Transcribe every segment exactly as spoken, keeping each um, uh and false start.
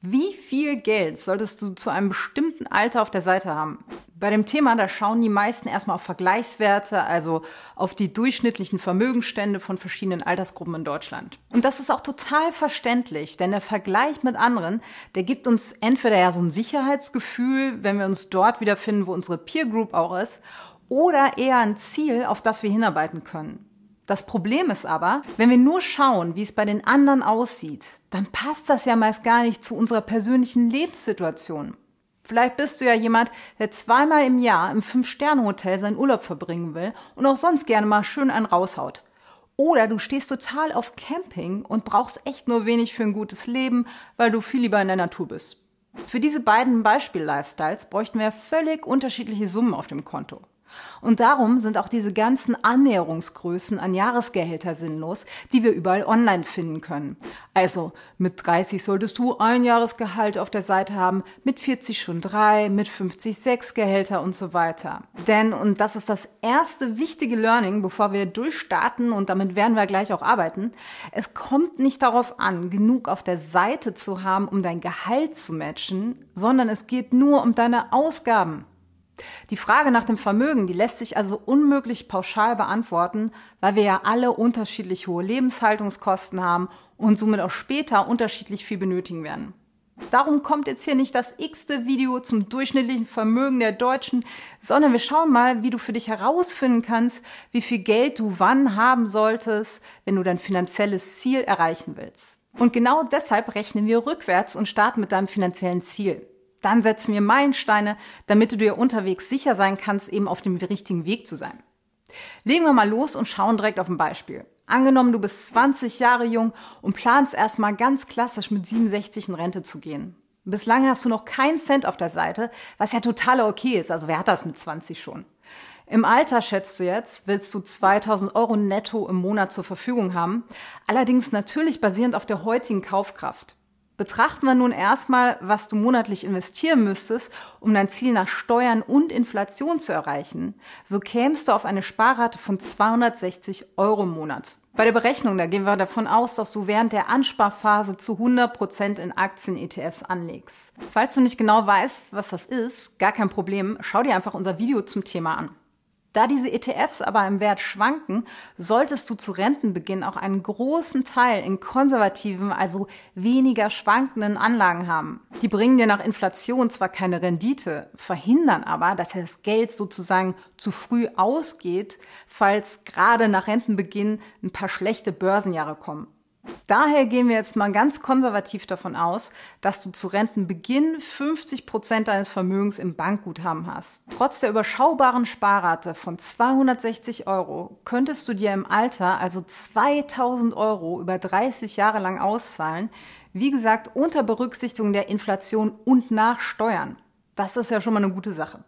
Wie viel Geld solltest du zu einem bestimmten Alter auf der Seite haben? Bei dem Thema, da schauen die meisten erstmal auf Vergleichswerte, also auf die durchschnittlichen Vermögensstände von verschiedenen Altersgruppen in Deutschland. Und das ist auch total verständlich, denn der Vergleich mit anderen, der gibt uns entweder ja so ein Sicherheitsgefühl, wenn wir uns dort wiederfinden, wo unsere Peer Group auch ist, oder eher ein Ziel, auf das wir hinarbeiten können. Das Problem ist aber, wenn wir nur schauen, wie es bei den anderen aussieht, dann passt das ja meist gar nicht zu unserer persönlichen Lebenssituation. Vielleicht bist du ja jemand, der zweimal im Jahr im Fünf-Sterne-Hotel seinen Urlaub verbringen will und auch sonst gerne mal schön einen raushaut. Oder du stehst total auf Camping und brauchst echt nur wenig für ein gutes Leben, weil du viel lieber in der Natur bist. Für diese beiden Beispiel-Lifestyles bräuchten wir völlig unterschiedliche Summen auf dem Konto. Und darum sind auch diese ganzen Annäherungsgrößen an Jahresgehälter sinnlos, die wir überall online finden können. Also mit dreißig solltest du ein Jahresgehalt auf der Seite haben, mit vierzig schon drei, mit fünfzig sechs Gehälter und so weiter. Denn, und das ist das erste wichtige Learning, bevor wir durchstarten, und damit werden wir gleich auch arbeiten, es kommt nicht darauf an, genug auf der Seite zu haben, um dein Gehalt zu matchen, sondern es geht nur um deine Ausgaben. Die Frage nach dem Vermögen, die lässt sich also unmöglich pauschal beantworten, weil wir ja alle unterschiedlich hohe Lebenshaltungskosten haben und somit auch später unterschiedlich viel benötigen werden. Darum kommt jetzt hier nicht das x-te Video zum durchschnittlichen Vermögen der Deutschen, sondern wir schauen mal, wie du für dich herausfinden kannst, wie viel Geld du wann haben solltest, wenn du dein finanzielles Ziel erreichen willst. Und genau deshalb rechnen wir rückwärts und starten mit deinem finanziellen Ziel. Dann setzen wir Meilensteine, damit du dir unterwegs sicher sein kannst, eben auf dem richtigen Weg zu sein. Legen wir mal los und schauen direkt auf ein Beispiel. Angenommen, du bist zwanzig Jahre jung und planst erstmal ganz klassisch mit siebenundsechzig in Rente zu gehen. Bislang hast du noch keinen Cent auf der Seite, was ja total okay ist. Also wer hat das mit zwanzig schon? Im Alter, schätzt du jetzt, willst du zweitausend Euro netto im Monat zur Verfügung haben. Allerdings natürlich basierend auf der heutigen Kaufkraft. Betrachten wir nun erstmal, was du monatlich investieren müsstest, um dein Ziel nach Steuern und Inflation zu erreichen. So kämst du auf eine Sparrate von zweihundertsechzig Euro im Monat. Bei der Berechnung, da gehen wir davon aus, dass du während der Ansparphase zu hundert Prozent in Aktien-E T Fs anlegst. Falls du nicht genau weißt, was das ist, gar kein Problem, schau dir einfach unser Video zum Thema an. Da diese E T Fs aber im Wert schwanken, solltest du zu Rentenbeginn auch einen großen Teil in konservativen, also weniger schwankenden Anlagen haben. Die bringen dir nach Inflation zwar keine Rendite, verhindern aber, dass das Geld sozusagen zu früh ausgeht, falls gerade nach Rentenbeginn ein paar schlechte Börsenjahre kommen. Daher gehen wir jetzt mal ganz konservativ davon aus, dass du zu Rentenbeginn fünfzig Prozent deines Vermögens im Bankguthaben hast. Trotz der überschaubaren Sparrate von zweihundertsechzig Euro könntest du dir im Alter also zweitausend Euro über dreißig Jahre lang auszahlen. Wie gesagt, unter Berücksichtigung der Inflation und nach Steuern. Das ist ja schon mal eine gute Sache.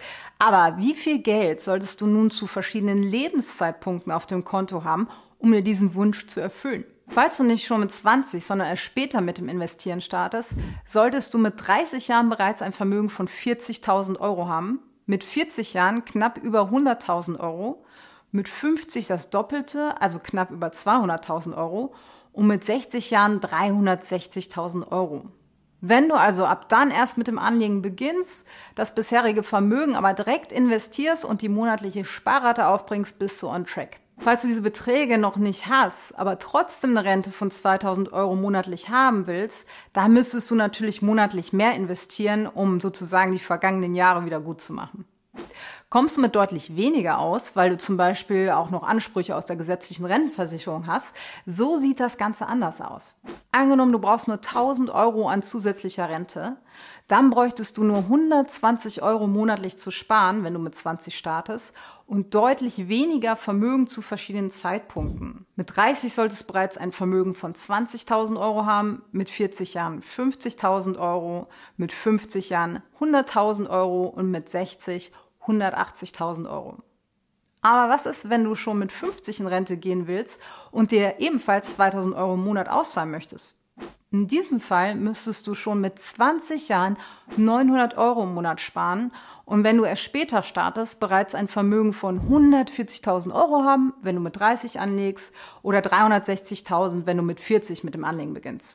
Aber wie viel Geld solltest du nun zu verschiedenen Lebenszeitpunkten auf dem Konto haben, um dir diesen Wunsch zu erfüllen? Falls du nicht schon mit zwanzig, sondern erst später mit dem Investieren startest, solltest du mit dreißig Jahren bereits ein Vermögen von vierzigtausend Euro haben, mit vierzig Jahren knapp über hunderttausend Euro, mit fünfzig das Doppelte, also knapp über zweihunderttausend Euro und mit sechzig Jahren dreihundertsechzigtausend Euro. Wenn du also ab dann erst mit dem Anlegen beginnst, das bisherige Vermögen aber direkt investierst und die monatliche Sparrate aufbringst, bist du on track. Falls du diese Beträge noch nicht hast, aber trotzdem eine Rente von zweitausend Euro monatlich haben willst, da müsstest du natürlich monatlich mehr investieren, um sozusagen die vergangenen Jahre wieder gut zu machen. Kommst du mit deutlich weniger aus, weil du zum Beispiel auch noch Ansprüche aus der gesetzlichen Rentenversicherung hast, so sieht das Ganze anders aus. Angenommen, du brauchst nur tausend Euro an zusätzlicher Rente, dann bräuchtest du nur hundertzwanzig Euro monatlich zu sparen, wenn du mit zwanzig startest, und deutlich weniger Vermögen zu verschiedenen Zeitpunkten. Mit dreißig solltest du bereits ein Vermögen von zwanzigtausend Euro haben, mit vierzig Jahren fünfzigtausend Euro, mit fünfzig Jahren hunderttausend Euro und mit sechzig hundertachtzigtausend Euro. Aber was ist, wenn du schon mit fünfzig in Rente gehen willst und dir ebenfalls zweitausend Euro im Monat auszahlen möchtest? In diesem Fall müsstest du schon mit zwanzig Jahren neunhundert Euro im Monat sparen und wenn du erst später startest, bereits ein Vermögen von hundertvierzigtausend Euro haben, wenn du mit dreißig anlegst, oder dreihundertsechzigtausend, wenn du mit vierzig mit dem Anlegen beginnst.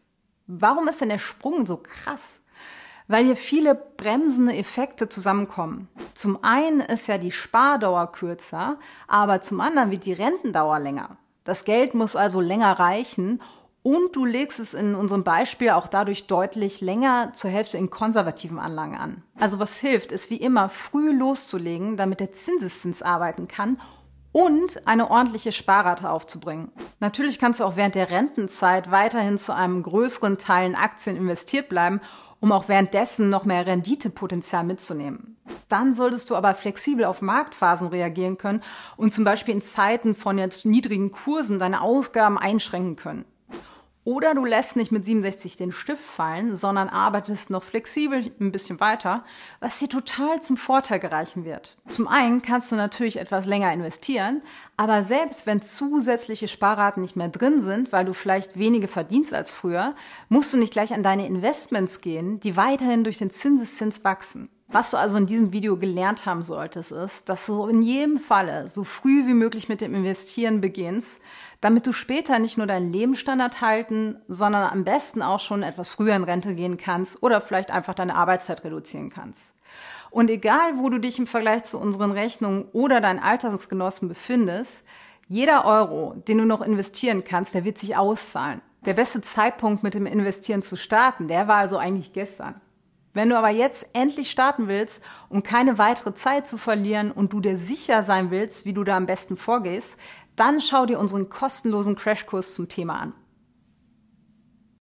Warum ist denn der Sprung so krass? Weil hier viele bremsende Effekte zusammenkommen. Zum einen ist ja die Spardauer kürzer, aber zum anderen wird die Rentendauer länger. Das Geld muss also länger reichen und du legst es in unserem Beispiel auch dadurch deutlich länger zur Hälfte in konservativen Anlagen an. Also was hilft, ist wie immer früh loszulegen, damit der Zinseszins arbeiten kann und eine ordentliche Sparrate aufzubringen. Natürlich kannst du auch während der Rentenzeit weiterhin zu einem größeren Teil in Aktien investiert bleiben, um auch währenddessen noch mehr Renditepotenzial mitzunehmen. Dann solltest du aber flexibel auf Marktphasen reagieren können und zum Beispiel in Zeiten von jetzt niedrigen Kursen deine Ausgaben einschränken können. Oder du lässt nicht mit siebenundsechzig den Stift fallen, sondern arbeitest noch flexibel ein bisschen weiter, was dir total zum Vorteil gereichen wird. Zum einen kannst du natürlich etwas länger investieren, aber selbst wenn zusätzliche Sparraten nicht mehr drin sind, weil du vielleicht weniger verdienst als früher, musst du nicht gleich an deine Investments gehen, die weiterhin durch den Zinseszins wachsen. Was du also in diesem Video gelernt haben solltest, ist, dass du in jedem Falle so früh wie möglich mit dem Investieren beginnst, damit du später nicht nur deinen Lebensstandard halten, sondern am besten auch schon etwas früher in Rente gehen kannst oder vielleicht einfach deine Arbeitszeit reduzieren kannst. Und egal, wo du dich im Vergleich zu unseren Rechnungen oder deinen Altersgenossen befindest, jeder Euro, den du noch investieren kannst, der wird sich auszahlen. Der beste Zeitpunkt, mit dem Investieren zu starten, der war also eigentlich gestern. Wenn du aber jetzt endlich starten willst, um keine weitere Zeit zu verlieren und du dir sicher sein willst, wie du da am besten vorgehst, dann schau dir unseren kostenlosen Crashkurs zum Thema an.